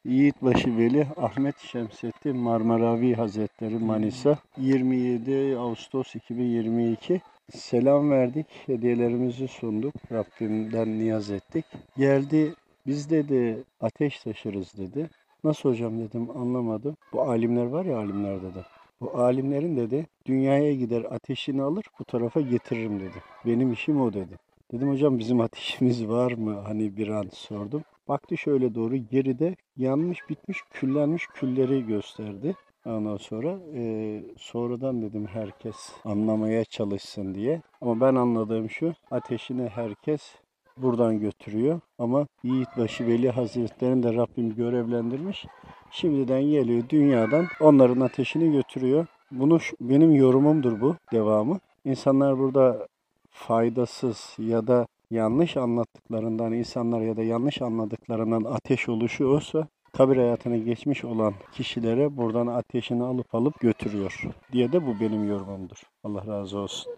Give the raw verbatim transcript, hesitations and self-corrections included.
Yiğitbaşı Veli Ahmet Şemsettin Marmaravi Hazretleri Manisa yirmi yedi Ağustos iki bin yirmi iki. Selam verdik, hediyelerimizi sunduk, Rabbimden niyaz ettik. Geldi, biz dedi ateş taşırız dedi. Nasıl hocam dedim, anlamadım. Bu alimler var ya, alimlerde de. Bu alimlerin dedi dünyaya gider ateşini alır bu tarafa getiririm dedi. Benim işim o dedi. Dedim hocam bizim ateşimiz var mı? Hani bir an sordum. Baktı şöyle doğru, geride yanmış bitmiş küllenmiş külleri gösterdi. Ondan sonra e, sonradan dedim herkes anlamaya çalışsın diye. Ama ben anladığım şu, ateşini herkes buradan götürüyor. Ama Yiğitbaşı Veli Hazretleri'ni de Rabbim görevlendirmiş. Şimdiden geliyor dünyadan onların ateşini götürüyor. Bunu benim yorumumdur, bu devamı. İnsanlar burada faydasız ya da yanlış anlattıklarından, insanlar ya da yanlış anladıklarından ateş oluşuyorsa, kabir hayatını geçmiş olan kişilere buradan ateşini alıp alıp götürüyor diye de bu benim yorumumdur. Allah razı olsun.